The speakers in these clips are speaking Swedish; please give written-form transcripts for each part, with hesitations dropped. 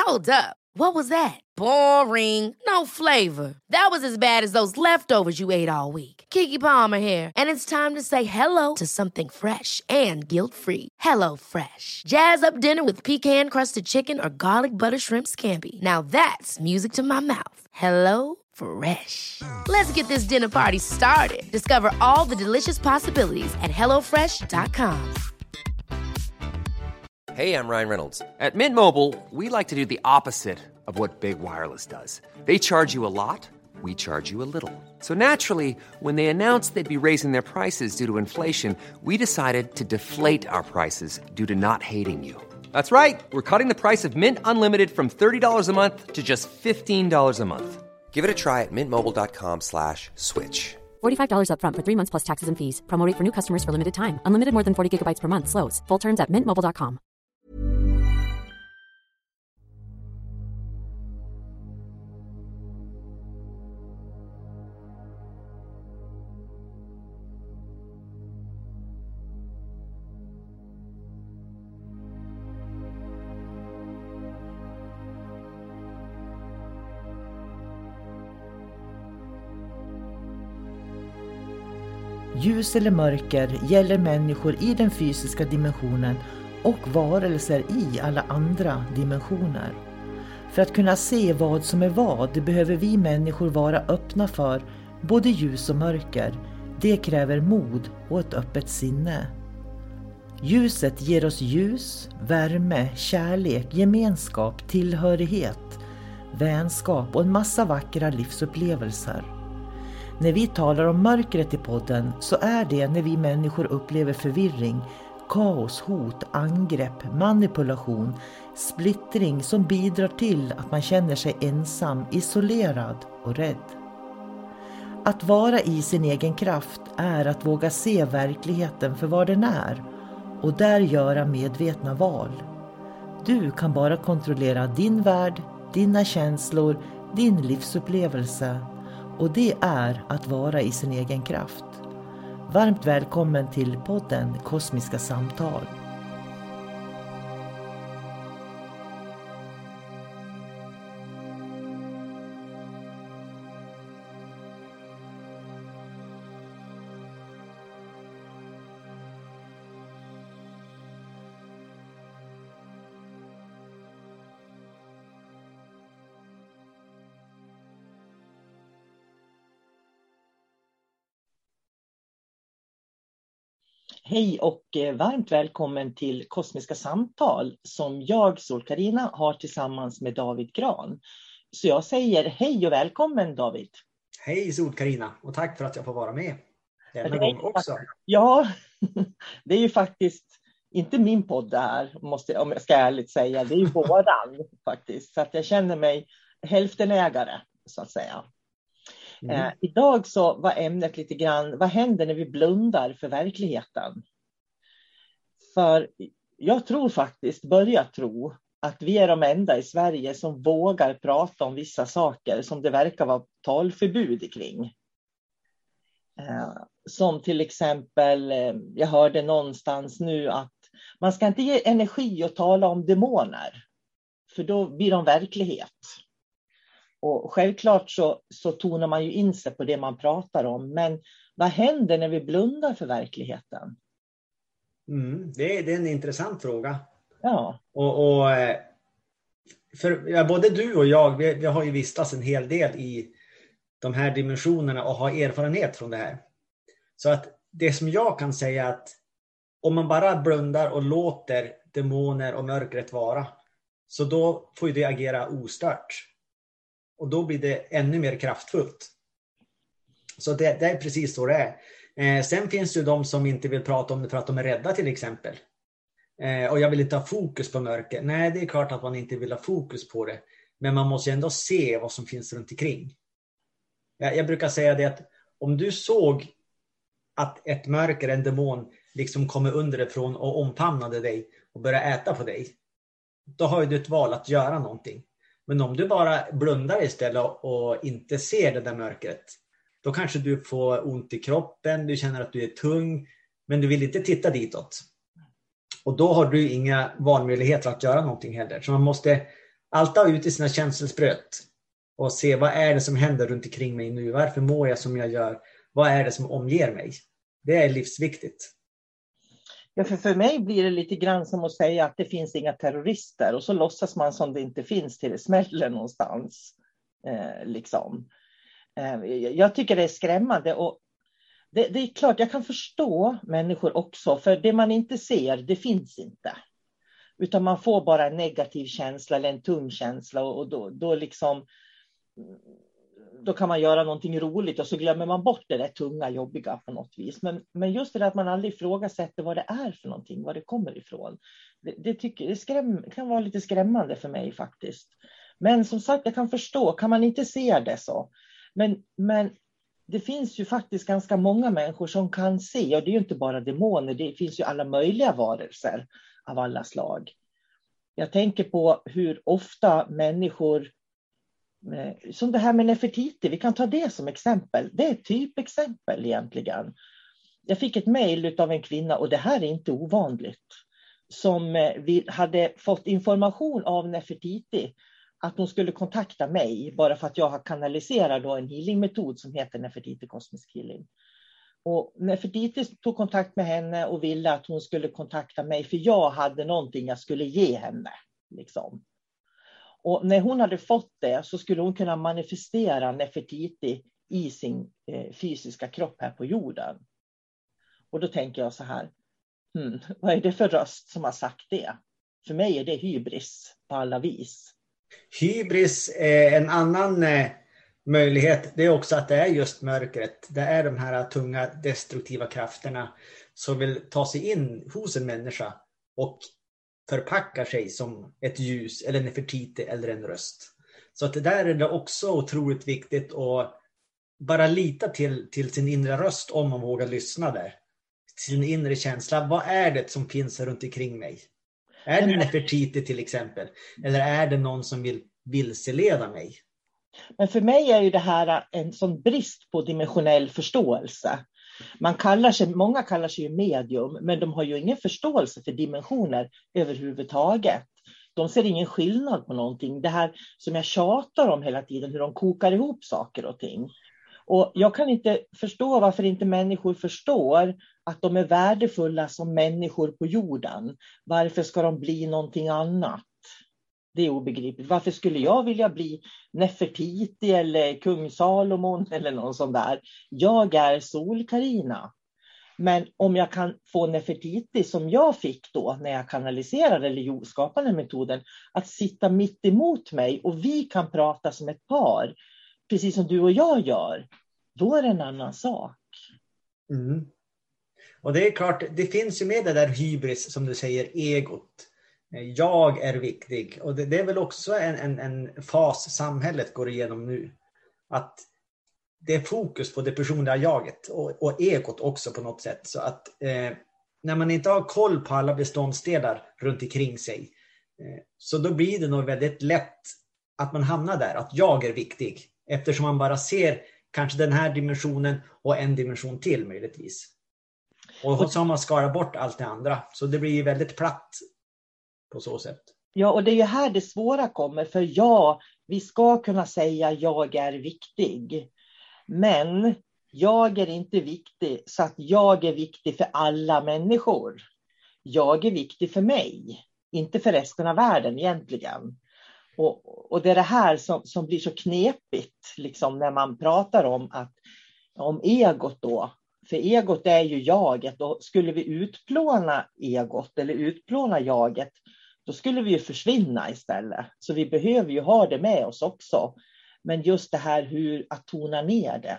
Hold up. What was that? Boring. No flavor. That was as bad as those leftovers you ate all week. Keke Palmer here, and it's time to say hello to something fresh and guilt-free. Hello Fresh. Jazz up dinner with pecan-crusted chicken or garlic butter shrimp scampi. Now that's music to my mouth. Hello Fresh. Let's get this dinner party started. Discover all the delicious possibilities at hellofresh.com. Hey, I'm Ryan Reynolds. At Mint Mobile, we like to do the opposite of what Big Wireless does. They charge you a lot, we charge you a little. So naturally, when they announced they'd be raising their prices due to inflation, we decided to deflate our prices due to not hating you. That's right. We're cutting the price of Mint Unlimited from $30 a month to just $15 a month. Give it a try at mintmobile.com/switch. $45 up front for 3 months plus taxes and fees. Promo rate for new customers for limited time. Unlimited more than 40 gigabytes per month. Slows full terms at mintmobile.com. Ljus eller mörker gäller människor i den fysiska dimensionen och varelser i alla andra dimensioner. För att kunna se vad som är vad behöver vi människor vara öppna för både ljus och mörker. Det kräver mod och ett öppet sinne. Ljuset ger oss ljus, värme, kärlek, gemenskap, tillhörighet, vänskap och en massa vackra livsupplevelser. När vi talar om mörkret i podden så är det när vi människor upplever förvirring, kaos, hot, angrepp, manipulation, splittring som bidrar till att man känner sig ensam, isolerad och rädd. Att vara i sin egen kraft är att våga se verkligheten för vad den är och där göra medvetna val. Du kan bara kontrollera din värld, dina känslor, din livsupplevelse. Och det är att vara i sin egen kraft. Varmt välkommen till podden Kosmiska samtal. Hej och varmt välkommen till Kosmiska samtal som jag, Sol-Carina, har tillsammans med David Gran. Så jag säger hej och välkommen, David. Hej Sol-Carina och tack för att jag får vara med denna gång också. Ja, det är ju faktiskt inte min podd det här, om jag ska ärligt säga. Det är ju våran faktiskt. Så att jag känner mig hälftenägare så att säga. Idag så var ämnet lite grann, vad händer när vi blundar för verkligheten? För jag tror faktiskt, börjar tro, att vi är de enda i Sverige som vågar prata om vissa saker som det verkar vara talförbud kring. Som till exempel, jag hörde någonstans nu att man ska inte ge energi och tala om demoner, för då blir de verklighet. Och självklart så tonar man ju in sig på det man pratar om. Men vad händer när vi blundar för verkligheten? Det är en intressant fråga. Ja. Och för både du och jag, vi har ju vistats en hel del i de här dimensionerna och har erfarenhet från det här. Så att det som jag kan säga att om man bara blundar och låter demoner och mörkret vara, så då får ju det agera ostört. Och då blir det ännu mer kraftfullt. Så det är precis så det är. Sen finns det ju de som inte vill prata om det för att de är rädda till exempel. Och jag vill inte ha fokus på mörker. Nej, det är klart att man inte vill ha fokus på det. Men man måste ju ändå se vad som finns runt omkring. Jag brukar säga det att om du såg att ett mörker, en demon, liksom kommer underifrån och omfamnade dig och börjar äta på dig. Då har ju du ett val att göra någonting. Men om du bara blundar istället och inte ser det där mörkret, då kanske du får ont i kroppen, du känner att du är tung, men du vill inte titta ditåt. Och då har du inga valmöjligheter att göra någonting heller. Så man måste alltid ut i sina känselspröt och se vad är det som händer runt omkring mig nu. Varför mår jag som jag gör? Vad är det som omger mig? Det är livsviktigt. Ja, för mig blir det lite grann som att säga att det finns inga terrorister. Och så låtsas man som det inte finns till det smäller någonstans. Jag tycker det är skrämmande. Och det är klart, jag kan förstå människor också. För det man inte ser, det finns inte. Utan man får bara en negativ känsla eller en tung känsla. Och då kan man göra någonting roligt och så glömmer man bort det där tunga, jobbiga på något vis. Men just det att man aldrig ifrågasätter vad det är för någonting, var det kommer ifrån. Det kan vara lite skrämmande för mig faktiskt. Men som sagt, jag kan förstå, kan man inte se det så. Men det finns ju faktiskt ganska många människor som kan se, och det är ju inte bara demoner, det finns ju alla möjliga varelser av alla slag. Jag tänker på hur ofta människor, som det här med Nefertiti, vi kan ta det som exempel. Det är ett typexempel egentligen. Jag fick ett mejl av en kvinna, och det här är inte ovanligt, som hade fått information av Nefertiti att hon skulle kontakta mig bara för att jag har kanaliserat då en healingmetod som heter Nefertiti Cosmic Healing. Och Nefertiti tog kontakt med henne och ville att hon skulle kontakta mig för jag hade någonting jag skulle ge henne. Liksom. Och när hon hade fått det så skulle hon kunna manifestera Nefertiti i sin fysiska kropp här på jorden. Och då tänker jag så här, vad är det för röst som har sagt det? För mig är det hybris på alla vis. Hybris är en annan möjlighet. Det är också att det är just mörkret. Det är de här tunga destruktiva krafterna som vill ta sig in hos en människa och förpackar sig som ett ljus eller en Nefertiti eller en röst. Så att det där är det också otroligt viktigt att bara lita till sin inre röst om man vågar lyssna där. Sin inre känsla. Vad är det som finns runt omkring mig? Är det Nefertiti till exempel? Eller är det någon som vill vilseleda mig? Men för mig är ju det här en sån brist på dimensionell förståelse. Många kallar sig ju medium, men de har ju ingen förståelse för dimensioner överhuvudtaget. De ser ingen skillnad på någonting. Det här som jag tjatar om hela tiden, hur de kokar ihop saker och ting. Och jag kan inte förstå varför inte människor förstår att de är värdefulla som människor på jorden. Varför ska de bli någonting annat? Det är obegripligt. Varför skulle jag vilja bli Nefertiti eller kung Salomon eller någon sån där? Jag är Sol-Karina. Men om jag kan få Nefertiti som jag fick då när jag kanaliserade eller skapade metoden, att sitta mitt emot mig och vi kan prata som ett par, precis som du och jag gör, då är det en annan sak. Mm. Och det är klart, det finns ju med det där hybris som du säger, egot. Jag är viktig. Och det är väl också en fas samhället går igenom nu. Att det är fokus på det personliga jaget och egot också på något sätt. Så att när man inte har koll på alla beståndsdelar runt omkring sig, så då blir det nog väldigt lätt att man hamnar där. Att jag är viktig. Eftersom man bara ser kanske den här dimensionen och en dimension till möjligtvis. Och så har man skarat bort allt det andra. Så det blir väldigt platt på så sätt. Ja, och det är ju här det svåra kommer. För vi ska kunna säga jag är viktig. Men jag är inte viktig så att jag är viktig för alla människor. Jag är viktig för mig. Inte för resten av världen egentligen. Och det är det här som blir så knepigt liksom, när man pratar om egot då. För egot är ju jaget, och skulle vi utplåna egot eller utplåna jaget, då skulle vi ju försvinna istället. Så vi behöver ju ha det med oss också. Men just det här att tona ner det.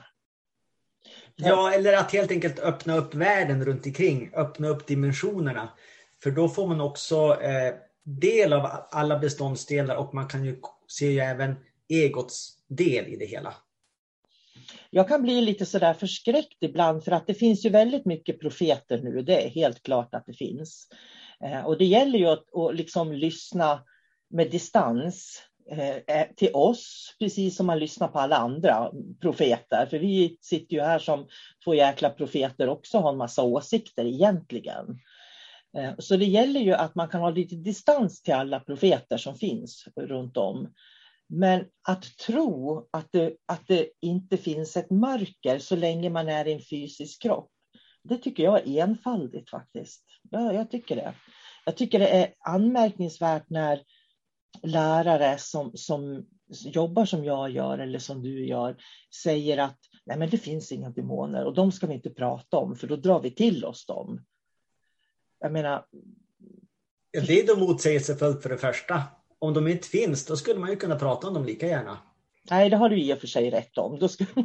Ja, eller att helt enkelt öppna upp världen runt omkring, öppna upp dimensionerna. För då får man också del av alla beståndsdelar, och man kan ju se ju även egots del i det hela. Jag kan bli lite sådär förskräckt ibland, för att det finns ju väldigt mycket profeter nu. Det är helt klart att det finns. Och det gäller ju att liksom lyssna med distans till oss, precis som man lyssnar på alla andra profeter. För vi sitter ju här som två jäkla profeter också, har en massa åsikter egentligen. Så det gäller ju att man kan ha lite distans till alla profeter som finns runt om. Men att tro att det inte finns ett mörker så länge man är i en fysisk kropp, det tycker jag är enfaldigt faktiskt. Ja, jag tycker det. Jag tycker det är anmärkningsvärt när lärare som jobbar som jag gör eller som du gör säger att nej, men det finns inga demoner och de ska vi inte prata om för då drar vi till oss dem. Jag menar... Det är då motsägelsefullt för det första. Om de inte finns, då skulle man ju kunna prata om dem lika gärna. Nej, det har du i och för sig rätt om.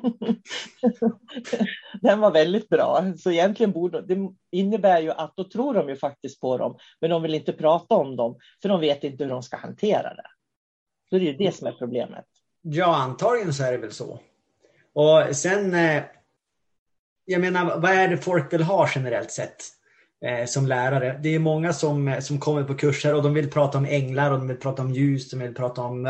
Den var väldigt bra. Så egentligen det innebär ju att då tror de ju faktiskt på dem. Men de vill inte prata om dem. För de vet inte hur de ska hantera det. Så det är ju det som är problemet. Ja, antagligen så är det väl så. Och sen, jag menar, vad är det folk vill ha generellt sett som lärare? Det är många som kommer på kurser och de vill prata om änglar och de vill prata om ljus, de vill prata om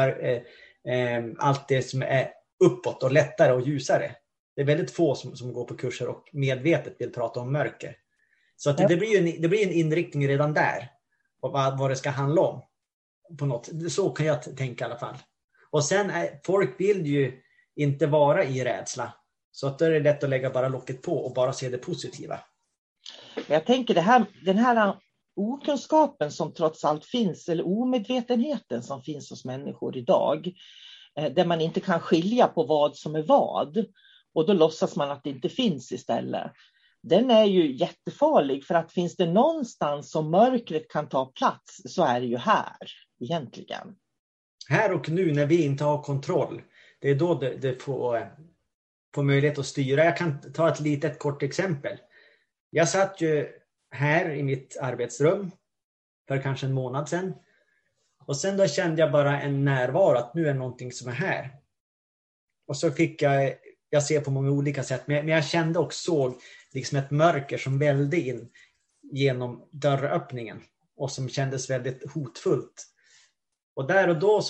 allt det som är uppåt och lättare och ljusare. Det är väldigt få som går på kurser och medvetet vill prata om mörker. Så att det blir en inriktning redan där och vad det ska handla om. På något. Så kan jag tänka i alla fall. Och sen folk vill ju inte vara i rädsla. Så att då är det lätt att lägga bara locket på och bara se det positiva. Jag tänker den här okunskapen som trots allt finns, eller omedvetenheten som finns hos människor idag, där man inte kan skilja på vad som är vad, och då låtsas man att det inte finns istället. Den är ju jättefarlig, för att finns det någonstans som mörkret kan ta plats så är det ju här egentligen. Här och nu när vi inte har kontroll, det är då det får möjlighet att styra. Jag kan ta ett litet kort exempel. Jag satt ju här i mitt arbetsrum för kanske en månad sedan. Och sen då kände jag bara en närvaro att nu är någonting som är här. Och så fick jag ser på många olika sätt, men jag kände och såg liksom ett mörker som välde in genom dörröppningen och som kändes väldigt hotfullt. Och där och då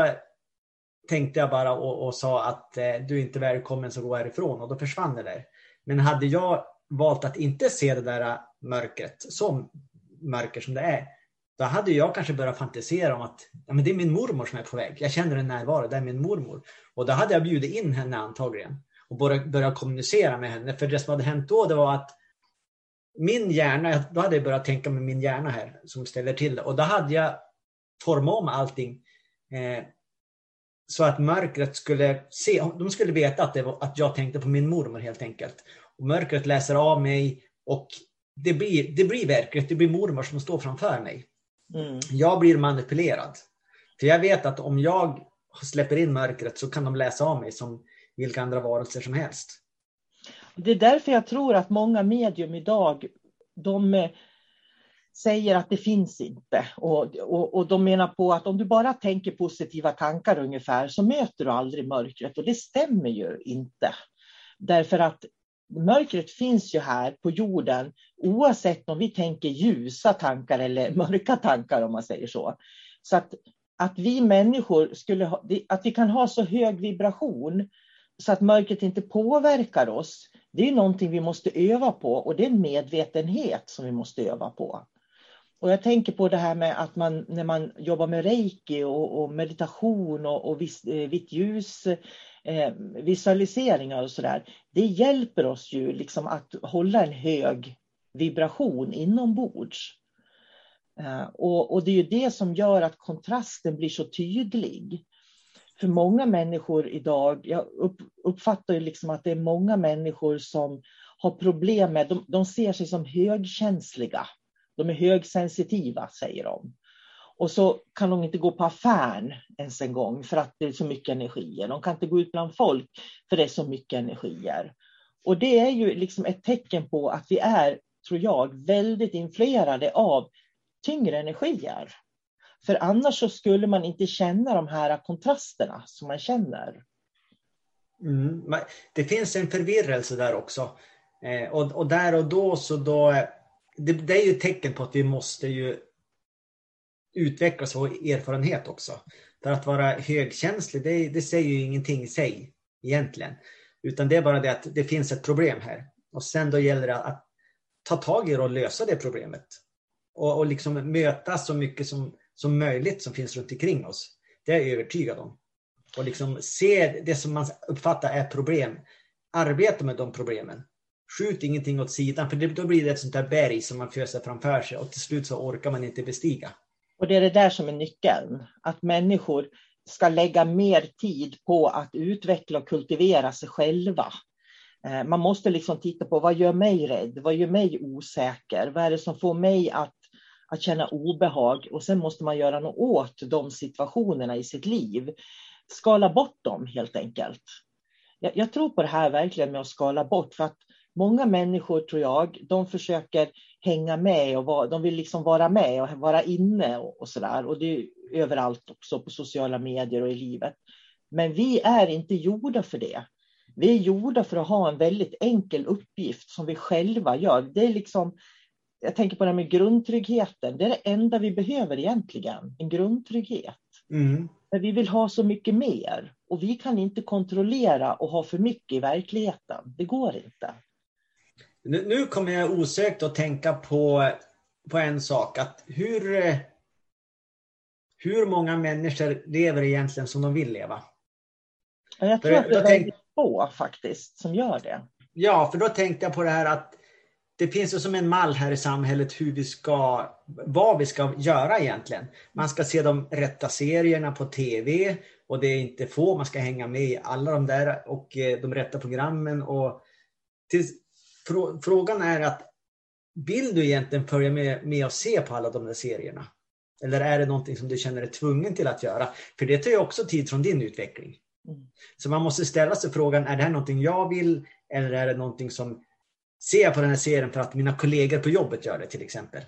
tänkte jag bara och sa att du är inte välkommen, så gå härifrån, och då försvann det där. Men hade jag valt att inte se det där mörkret som mörker som det är, då hade jag kanske börjat fantisera om att men det är min mormor som är på väg. Jag känner en närvaro, det är min mormor. Och då hade jag bjudit in henne antagligen och börjat kommunicera med henne. För det som hade hänt då, det var att min hjärna, då hade jag börjat tänka med min hjärna här som ställer till det. Och då hade jag format om allting så att mörkret skulle se, de skulle veta att jag tänkte på min mormor helt enkelt. Och mörkret läser av mig och det blir verkligt, det blir mormor som står framför mig. Mm. Jag blir manipulerad. För jag vet att om jag släpper in mörkret så kan de läsa av mig som vilka andra varelser som helst. Det är därför jag tror att många medium idag, de säger att det finns inte. Och de menar på att om du bara tänker positiva tankar ungefär så möter du aldrig mörkret. Och det stämmer ju inte. Därför att mörkret finns ju här på jorden oavsett om vi tänker ljusa tankar eller mörka tankar, om man säger så. Så att vi människor att vi kan ha så hög vibration så att mörkret inte påverkar oss, det är någonting vi måste öva på, och det är en medvetenhet som vi måste öva på. Och jag tänker på det här med att när man jobbar med reiki och meditation och vitt ljus, visualiseringar och sådär, det hjälper oss ju liksom att hålla en hög vibration inombords. Och det är ju det som gör att kontrasten blir så tydlig. För många människor idag, jag uppfattar ju liksom att det är många människor som har problem med, de ser sig som högkänsliga. De är högsensitiva, säger de. Och så kan de inte gå på affären ens en gång för att det är så mycket energier. De kan inte gå ut bland folk för det är så mycket energier. Och det är ju liksom ett tecken på att vi är, tror jag, väldigt influerade av tyngre energier. För annars så skulle man inte känna de här kontrasterna som man känner. Det finns en förvirrelse där också. Och där och då så det är ju ett tecken på att vi måste ju utvecklas och erfarenhet också. För att vara högkänslig, det säger ju ingenting i sig egentligen. Utan det är bara det att det finns ett problem här. Och sen då gäller det att ta tag i det och lösa det problemet. och liksom möta så mycket som möjligt som finns runt omkring oss. Det är jag övertygad om. Och liksom se det som man uppfattar är problem. Arbeta med de problemen. Skjut ingenting åt sidan, för då blir det ett sånt där berg som man föser framför sig och till slut så orkar man inte bestiga. Och det är det där som är nyckeln. Att människor ska lägga mer tid på att utveckla och kultivera sig själva. Man måste liksom titta på vad gör mig rädd, vad gör mig osäker, vad är det som får mig att känna obehag, och sen måste man göra något åt de situationerna i sitt liv. Skala bort dem helt enkelt. Jag tror på det här verkligen med att skala bort, för att många människor, tror jag, de försöker hänga med och de vill liksom vara med och vara inne och sådär. Och det är överallt också på sociala medier och i livet. Men vi är inte gjorda för det. Vi är gjorda för att ha en väldigt enkel uppgift som vi själva gör. Det är liksom, jag tänker på det här med grundtryggheten. Det är det enda vi behöver egentligen, en grundtrygghet. Mm. Men vi vill ha så mycket mer. Och vi kan inte kontrollera och ha för mycket i verkligheten. Det går inte. Nu kommer jag osökt att tänka på en sak. Att hur många människor lever egentligen som de vill leva? Jag tror att det är väldigt få faktiskt som gör det. Ja, för då tänkte jag på det här att det finns ju som en mall här i samhället vad vi ska göra egentligen. Man ska se de rätta serierna på tv, och det är inte få. Man ska hänga med i alla de där och de rätta programmen. Och frågan är att vill du egentligen följa med och se på alla de där serierna? Eller är det någonting som du känner dig tvungen till att göra? För det tar ju också tid från din utveckling. Så man måste ställa sig frågan, är det här någonting jag vill? Eller är det någonting som ser jag på den här serien för att mina kollegor på jobbet gör det till exempel?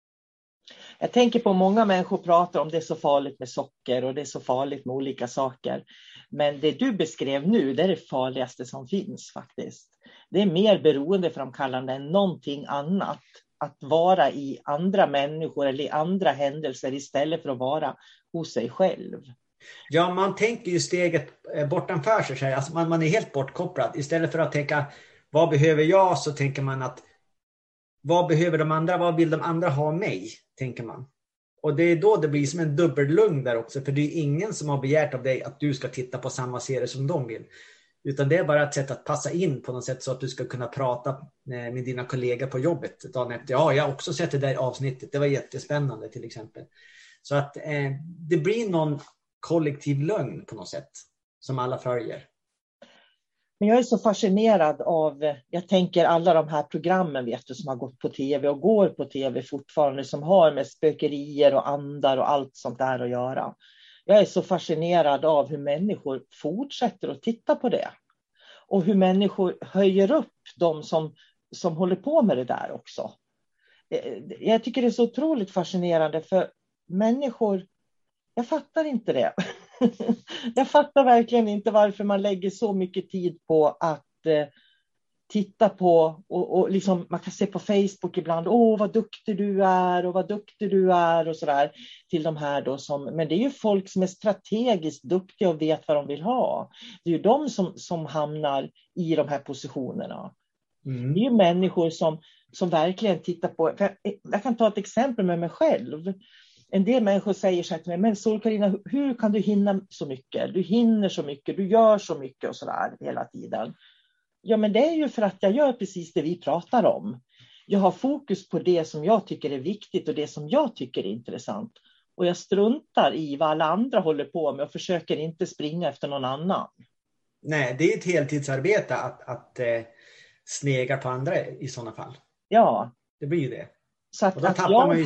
Jag tänker på många människor pratar om det är så farligt med socker och det är så farligt med olika saker. Men det du beskrev nu, det är det farligaste som finns faktiskt. Det är mer beroendeframkallande än någonting annat att vara i andra människor eller i andra händelser istället för att vara hos sig själv. Ja, man tänker ju steget bortanför sig. Alltså man är helt bortkopplad. Istället för att tänka, vad behöver jag? Så tänker man att, vad behöver de andra? Vad vill de andra ha mig? Tänker man. Och det är då det blir som en dubbellugn där också. För det är ingen som har begärt av dig att du ska titta på samma serie som de vill. Utan det är bara ett sätt att passa in på något sätt så att du ska kunna prata med dina kollegor på jobbet dagen efter. Ja, jag har också sett det där avsnittet. Det var jättespännande till exempel. Så att det blir någon kollektiv lögn på något sätt som alla följer. Men jag är så fascinerad av, jag tänker alla de här programmen vet du, som har gått på tv och går på tv fortfarande, som har med spökerier och andar och allt sånt där att göra. Jag är så fascinerad av hur människor fortsätter att titta på det. Och hur människor höjer upp de som håller på med det där också. Jag tycker det är så otroligt fascinerande, för människor, jag fattar inte det. Jag fattar verkligen inte varför man lägger så mycket tid på att titta på och liksom, man kan se på Facebook ibland, vad duktig du är och vad duktig du är och sådär, till de här då men det är ju folk som är strategiskt duktiga och vet vad de vill ha. Det är ju de som hamnar i de här positionerna. Mm. Det är ju människor som verkligen tittar på, jag kan ta ett exempel med mig själv. En del människor säger så här till mig, men Sol-Carina, hur kan du hinna så mycket? Du hinner så mycket, du gör så mycket och sådär hela tiden. Ja, men det är ju för att jag gör precis det vi pratar om. Jag har fokus på det som jag tycker är viktigt och det som jag tycker är intressant. Och jag struntar i vad alla andra håller på med och försöker inte springa efter någon annan. Nej, det är ett heltidsarbete att snega på andra i sådana fall. Ja. Det blir ju det. Så att, och då tappar man ju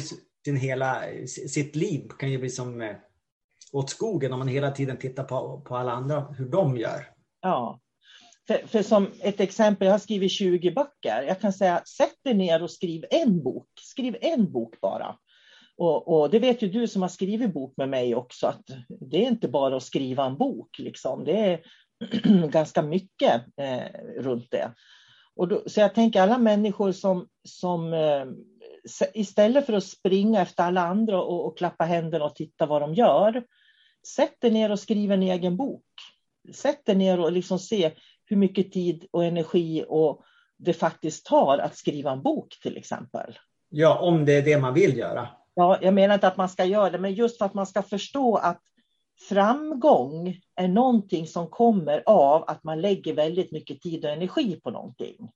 sitt liv kan ju bli som åt skogen om man hela tiden tittar på alla andra, hur de gör. Ja. För som ett exempel, jag har skrivit 20 böcker. Jag kan säga, sätt dig ner och skriv en bok. Skriv en bok bara. Och det vet ju du som har skrivit bok med mig också, att det är inte bara att skriva en bok. Liksom. Det är ganska mycket runt det. Så jag tänker alla människor som istället för att springa efter alla andra och klappa händerna och titta vad de gör, sätt dig ner och skriv en egen bok. Sätt dig ner och liksom se hur mycket tid och energi och det faktiskt tar att skriva en bok till exempel. Ja, om det är det man vill göra. Ja, jag menar inte att man ska göra det, men just för att man ska förstå att framgång är någonting som kommer av att man lägger väldigt mycket tid och energi på någonting.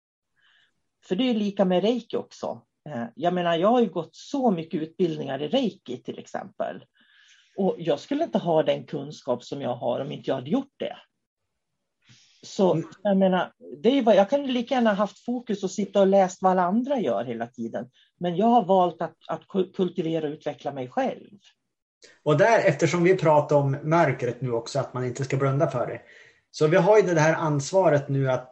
För det är lika med reiki också. Jag menar, jag har ju gått så mycket utbildningar i reiki till exempel. Och jag skulle inte ha den kunskap som jag har om inte jag hade gjort det. Så jag menar, det är jag kan lika gärna haft fokus och sitta och läst vad alla andra gör hela tiden. Men jag har valt att kultivera och utveckla mig själv. Och där, eftersom vi pratar om mörkret nu också, att man inte ska blunda för det. Så vi har ju det här ansvaret nu att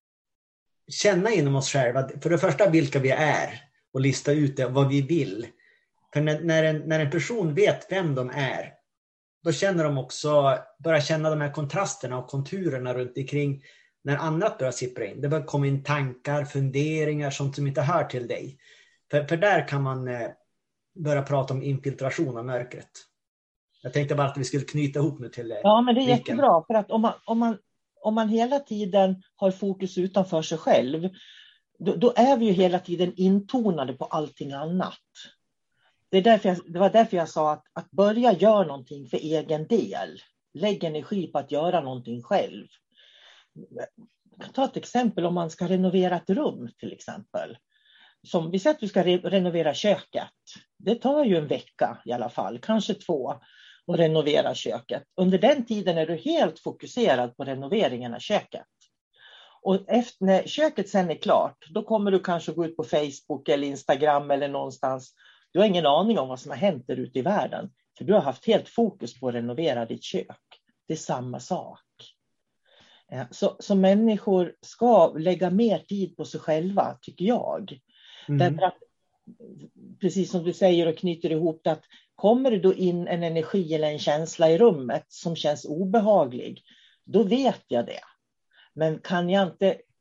känna inom oss själva, för det första vilka vi är och lista ut det, vad vi vill. För när en person vet vem de är, då känner de också, börjar känna de här kontrasterna och konturerna runt omkring när annat börjar sippra in. Det börjar komma in tankar, funderingar, sånt som inte hör till dig. För där kan man börja prata om infiltration av mörkret. Jag tänkte bara att vi skulle knyta ihop nu till ja, men det är jättebra, för att om man hela tiden har fokus utanför sig själv, då är vi ju hela tiden intonade på allting annat. Det var därför jag sa att börja göra någonting för egen del. Lägg energi på att göra någonting själv. Jag kan ta ett exempel om man ska renovera ett rum till exempel. Som vi säger att vi ska renovera köket. Det tar ju en vecka i alla fall, kanske 2, att renovera köket. Under den tiden är du helt fokuserad på renoveringen av köket. Och när köket sen är klart, då kommer du kanske gå ut på Facebook eller Instagram eller någonstans. Du har ingen aning om vad som har hänt där ute i världen. För du har haft helt fokus på att renovera ditt kök. Det är samma sak. Så människor ska lägga mer tid på sig själva, tycker jag. Därför att, precis som du säger och knyter ihop det, att kommer det då in en energi eller en känsla i rummet som känns obehaglig, då vet jag det. Men kan jag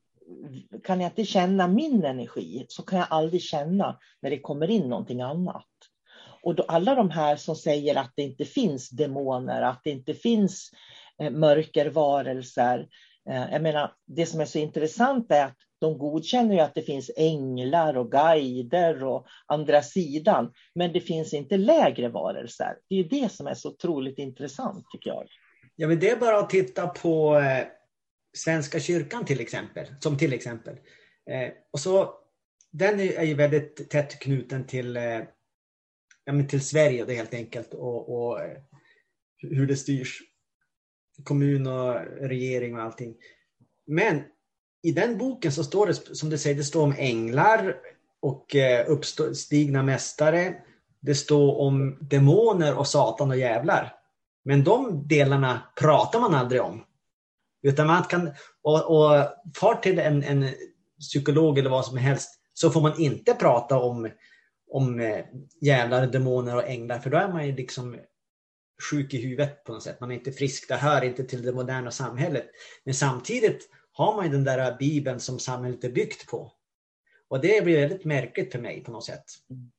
inte känna min energi, så kan jag aldrig känna när det kommer in någonting annat. Och då alla de här som säger att det inte finns demoner, att det inte finns mörkervarelser. Jag menar, det som är så intressant är att de godkänner ju att det finns änglar och guider och andra sidan. Men det finns inte lägre varelser. Det är ju det som är så otroligt intressant, tycker jag. Ja, men det är bara att titta på Svenska kyrkan till exempel. Och så, den är ju väldigt tätt knuten till Sverige, det helt enkelt. Och hur det styrs. Kommun och regering och allting. Men i den boken så står det, som du säger, det står om änglar och uppstigna mästare. Det står om demoner och satan och jävlar. Men de delarna pratar man aldrig om. Utan man kan, och far till en psykolog eller vad som helst, så får man inte prata om jävlar, demoner och änglar. För då är man ju liksom sjuk i huvudet på något sätt. Man är inte frisk, det hör inte till det moderna samhället. Men samtidigt har man ju den där bibeln som samhället är byggt på. Och det blir väldigt märkligt för mig på något sätt.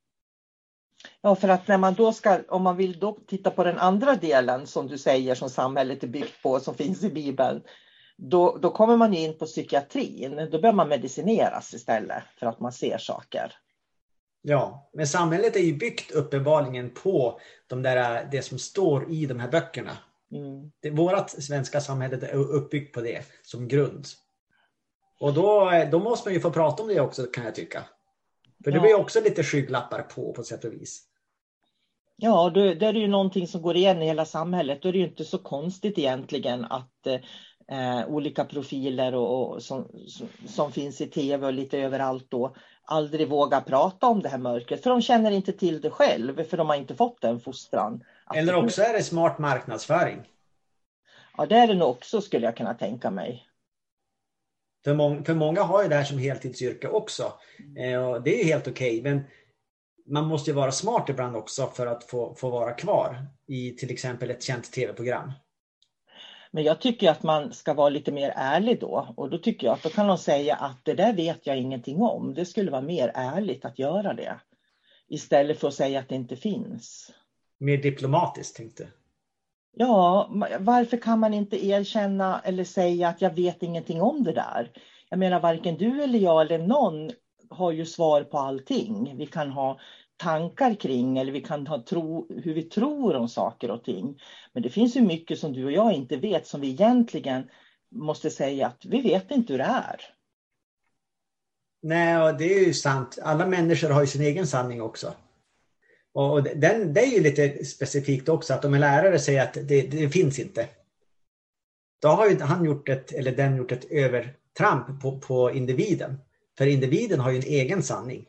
Ja, för att när man då om man vill då titta på den andra delen som du säger som samhället är byggt på, som finns i bibeln, då kommer man in på psykiatrin. Då börjar man medicineras istället för att man ser saker. Ja, men samhället är ju byggt uppenbarligen på det som står i de här böckerna. Vårat svenska samhället är uppbyggt på det som grund. Och då måste man ju få prata om det också, kan jag tycka. För det blir också lite skygglappar på sätt och vis. Ja, då är det ju någonting som går igen i hela samhället. Då är det ju inte så konstigt egentligen att olika profiler och som finns i tv och lite överallt då aldrig vågar prata om det här mörkret. För de känner inte till det själv, för de har inte fått den fostran. Eller också är det smart marknadsföring. Ja, det är det nog också, skulle jag kunna tänka mig. För många har ju det här som heltidsyrke också. Och det är ju helt okej. Men man måste ju vara smart ibland också för att få vara kvar i till exempel ett känt tv-program. Men jag tycker att man ska vara lite mer ärlig då. Och då tycker jag att då kan de säga att det där vet jag ingenting om. Det skulle vara mer ärligt att göra det. Istället för att säga att det inte finns. Mer diplomatiskt, tänkte jag. Ja, varför kan man inte erkänna eller säga att jag vet ingenting om det där? Jag menar, varken du eller jag eller någon har ju svar på allting. Vi kan ha tankar kring, eller vi kan ha hur vi tror om saker och ting. Men det finns ju mycket som du och jag inte vet, som vi egentligen måste säga att vi vet inte hur det är. Nej, det är ju sant. Alla människor har ju sin egen sanning också. Och det är ju lite specifikt också, att om en lärare säger att det finns inte. Då har ju han gjort ett övertramp på individen. För individen har ju en egen sanning.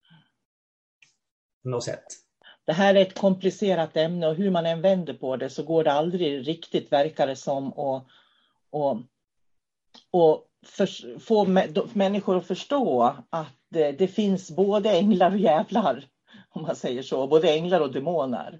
På något sätt. Det här är ett komplicerat ämne, och hur man än vänder på det så går det aldrig riktigt, verkar det som, få människor att förstå att det finns både änglar och jävlar, om man säger så, både änglar och demoner.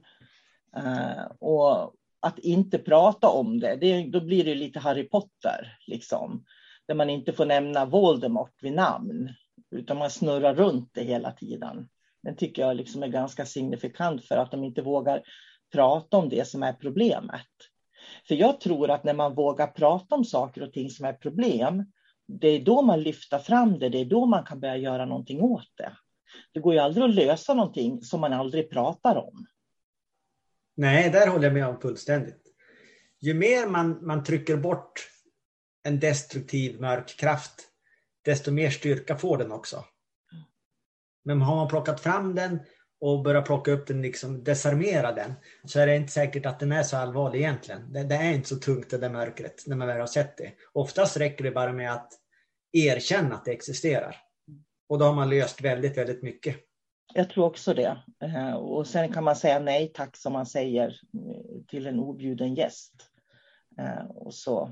Och att inte prata om då blir det lite Harry Potter, liksom, där man inte får nämna Voldemort vid namn, utan man snurrar runt det hela tiden. Den tycker jag liksom är ganska signifikant för att de inte vågar prata om det som är problemet. För jag tror att när man vågar prata om saker och ting som är problem, det är då man lyfter fram det, är då man kan börja göra någonting åt det. Det går ju aldrig att lösa någonting som man aldrig pratar om. Nej, där håller jag med om fullständigt. Ju mer man trycker bort en destruktiv mörk kraft, desto mer styrka får den också. Men har man plockat fram den och börjat plocka upp den, liksom desarmera den, så är det inte säkert att den är så allvarlig egentligen. Det är inte så tungt, det där mörkret, när man väl har sett det. Oftast räcker det bara med att erkänna att det existerar. Och då har man löst väldigt, väldigt mycket. Jag tror också det. Och sen kan man säga nej tack, som man säger till en objuden gäst. Och så.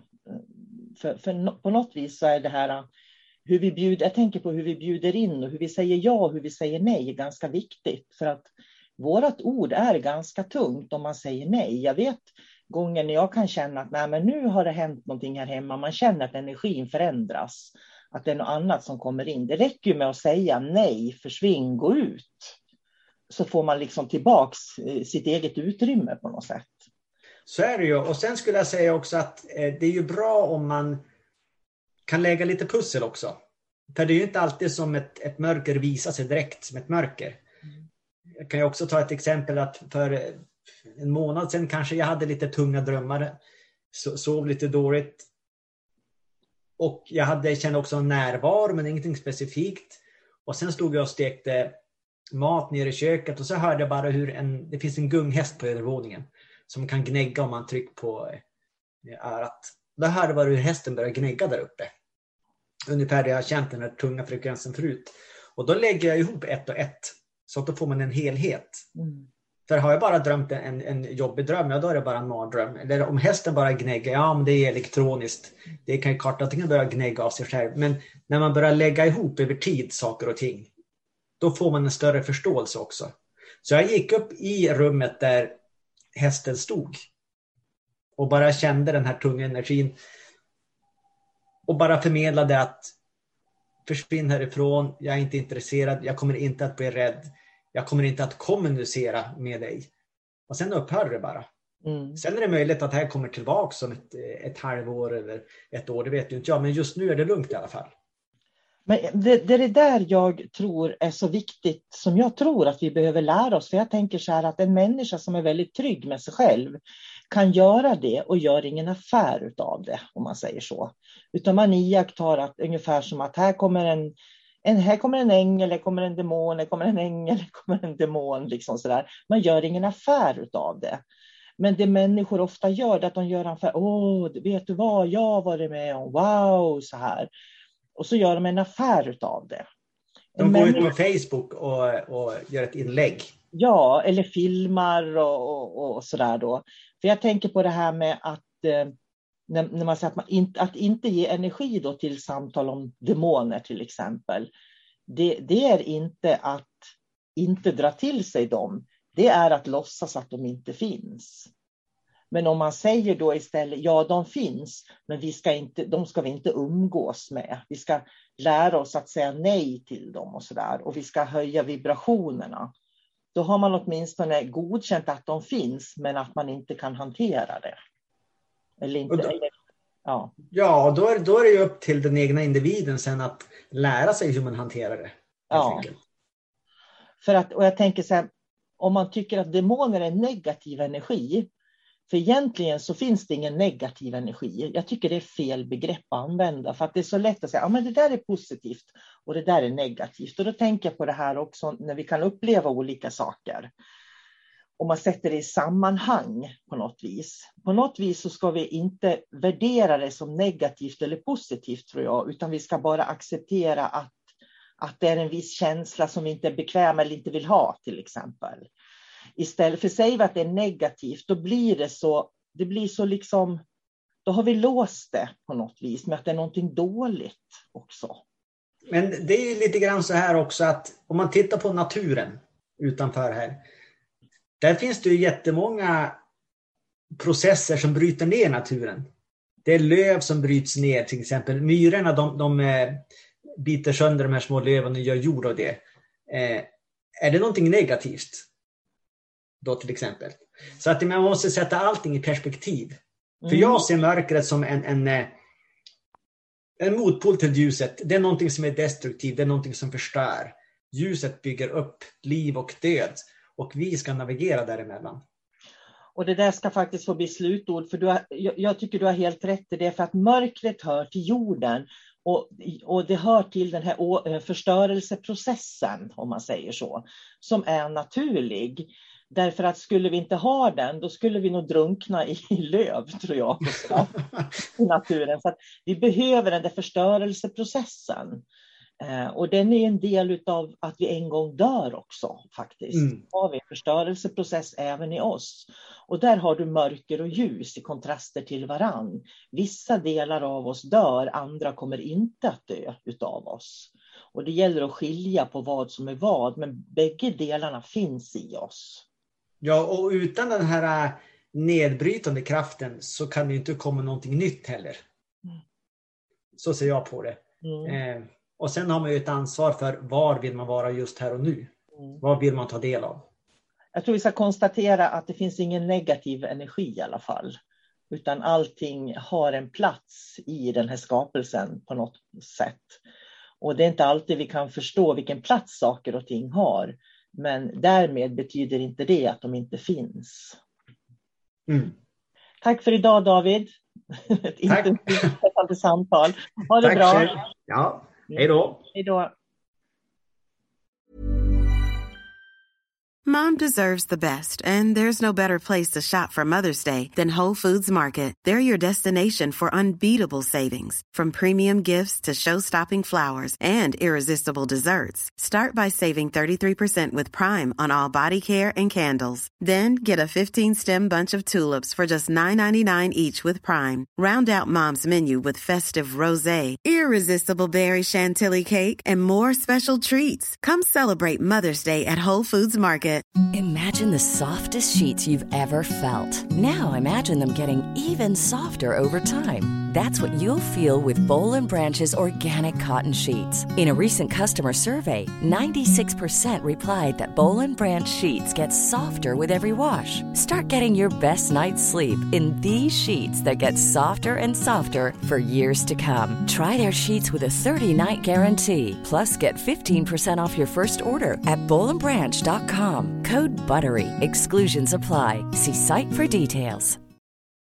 För på något vis så är det här... jag tänker på hur vi bjuder in och hur vi säger ja och hur vi säger nej är ganska viktigt. För att vårat ord är ganska tungt om man säger nej. Jag vet gånger när jag kan känna att nej, men nu har det hänt någonting här hemma. Man känner att energin förändras. Att det är något annat som kommer in. Det räcker ju med att säga nej, försvinn, gå ut. Så får man liksom tillbaks sitt eget utrymme på något sätt. Så är det ju. Och sen skulle jag säga också att det är ju bra om man kan lägga lite pussel också. För det är ju inte alltid som ett mörker visar sig direkt som ett mörker. Jag kan ju också ta ett exempel att för en månad sedan kanske jag hade lite tunga drömmar. Sov lite dåligt. Och jag kände också en närvaro, men ingenting specifikt. Och sen stod jag och stekte mat nere i köket. Och så hörde jag bara hur det finns en gunghäst på övervåningen. Som kan gnägga om man trycker på örat. Då hörde jag bara hur hästen började gnägga där uppe. Ungefär där jag har känt den här tunga frekvensen förut. Och då lägger jag ihop 1 och 1. Så att då får man en helhet. För har jag bara drömt en jobbig dröm, ja, då är det bara en mardröm. Eller om hästen bara gnäggar, ja, men det är elektroniskt. Det kan ju kartan börja gnägga av sig själv. Men när man börjar lägga ihop över tid saker och ting, då får man en större förståelse också. Så jag gick upp i rummet där hästen stod. Och bara kände den här tunga energin. Och bara förmedlade att försvinn härifrån, jag är inte intresserad, jag kommer inte att bli rädd. Jag kommer inte att kommunicera med dig. Och sen upphör det bara. Sen är det möjligt att det här kommer tillbaka som ett halvår eller ett år, det vet ju inte jag. Men just nu är det lugnt i alla fall. Men det är det där jag tror är så viktigt, som jag tror att vi behöver lära oss. För jag tänker så här, att en människa som är väldigt trygg med sig själv kan göra det och gör ingen affär utav det, om man säger så. Utan man iakttar att ungefär som att här kommer en ängel, här kommer en demon, här kommer en ängel, här kommer en demon, liksom sådär. Man gör ingen affär utav det. Men det människor ofta gör är att de gör affär. Vet du vad, jag har varit med om, wow, så här. Och så gör de en affär utav det. De går ut på Facebook och gör ett inlägg. Ja, eller filmar och sådär då. För jag tänker på det här med att när man säger att inte ge energi då till samtal om demoner till exempel. Det är inte att inte dra till sig dem. Det är att låtsas att de inte finns. Men om man säger då istället, ja, de finns, men de ska vi inte umgås med. Vi ska lära oss att säga nej till dem och sådär. Och vi ska höja vibrationerna. Då har man åtminstone godkänt att de finns, men att man inte kan hantera det. Eller inte. Ja, då är det ju upp till den egna individen sen att lära sig hur man hanterar det. Ja. För att, och jag tänker så här, om man tycker att demoner är negativ energi, för egentligen så finns det ingen negativ energi. Jag tycker det är fel begrepp att använda, för att det är så lätt att säga, ja men det där är positivt och det där är negativt. Och då tänker jag på det här också när vi kan uppleva olika saker. Om man sätter det i sammanhang på något vis. På något vis så ska vi inte värdera det som negativt eller positivt, tror jag, utan vi ska bara acceptera att det är en viss känsla som vi inte är bekväm eller inte vill ha, till exempel. Istället för att säga att det är negativt, då blir det så liksom, då har vi låst det på något vis med att det är någonting dåligt också. Men det är ju lite grann så här också att om man tittar på naturen utanför här, där finns det ju jättemånga processer som bryter ner naturen. Det är löv som bryts ner, till exempel. Myrorna, de biter sönder de här små löven och gör jord av det. Är det någonting negativt då, till exempel? Så att man måste sätta allting i perspektiv. För jag ser mörkret som en motpol till ljuset. Det är någonting som är destruktivt, det är någonting som förstör. Ljuset bygger upp liv och död. Och vi ska navigera däremellan. Och det där ska faktiskt få bli slutord. För jag tycker du har helt rätt i det. För att mörkret hör till jorden. Och det hör till den här förstörelseprocessen, om man säger så. Som är naturlig. Därför att skulle vi inte ha den, då skulle vi nog drunkna i löv, tror jag. I naturen. Så att vi behöver den där förstörelseprocessen. Och den är en del av att vi en gång dör också, faktiskt. Har vi en förstörelseprocess även i oss. Och där har du mörker och ljus i kontraster till varann. Vissa delar av oss dör, andra kommer inte att dö utav oss. Och det gäller att skilja på vad som är vad, men bägge delarna finns i oss. Ja, och utan den här nedbrytande kraften så kan det inte komma någonting nytt heller. Så ser jag på det. Och sen har man ju ett ansvar för var vill man vara just här och nu. Vad vill man ta del av? Jag tror vi ska konstatera att det finns ingen negativ energi i alla fall. Utan allting har en plats i den här skapelsen på något sätt. Och det är inte alltid vi kan förstå vilken plats saker och ting har. Men därmed betyder inte det att de inte finns. Tack för idag, David. Ett intensivt samtal. Ha det bra. Själv. Ja. Hej då. Hej då. Mom deserves the best, and there's no better place to shop for Mother's Day than Whole Foods Market. They're your destination for unbeatable savings, from premium gifts to show-stopping flowers and irresistible desserts. Start by saving 33% with Prime on all body care and candles. Then get a 15-stem bunch of tulips for just $9.99 each with Prime. Round out Mom's menu with festive rosé, irresistible berry chantilly cake, and more special treats. Come celebrate Mother's Day at Whole Foods Market. Imagine the softest sheets you've ever felt. Now imagine them getting even softer over time. That's what you'll feel with Boll & Branch's organic cotton sheets. In a recent customer survey, 96% replied that Boll & Branch sheets get softer with every wash. Start getting your best night's sleep in these sheets that get softer and softer for years to come. Try their sheets with a 30-night guarantee. Plus, get 15% off your first order at bollandbranch.com. Code BUTTERY. Exclusions apply. See site for details.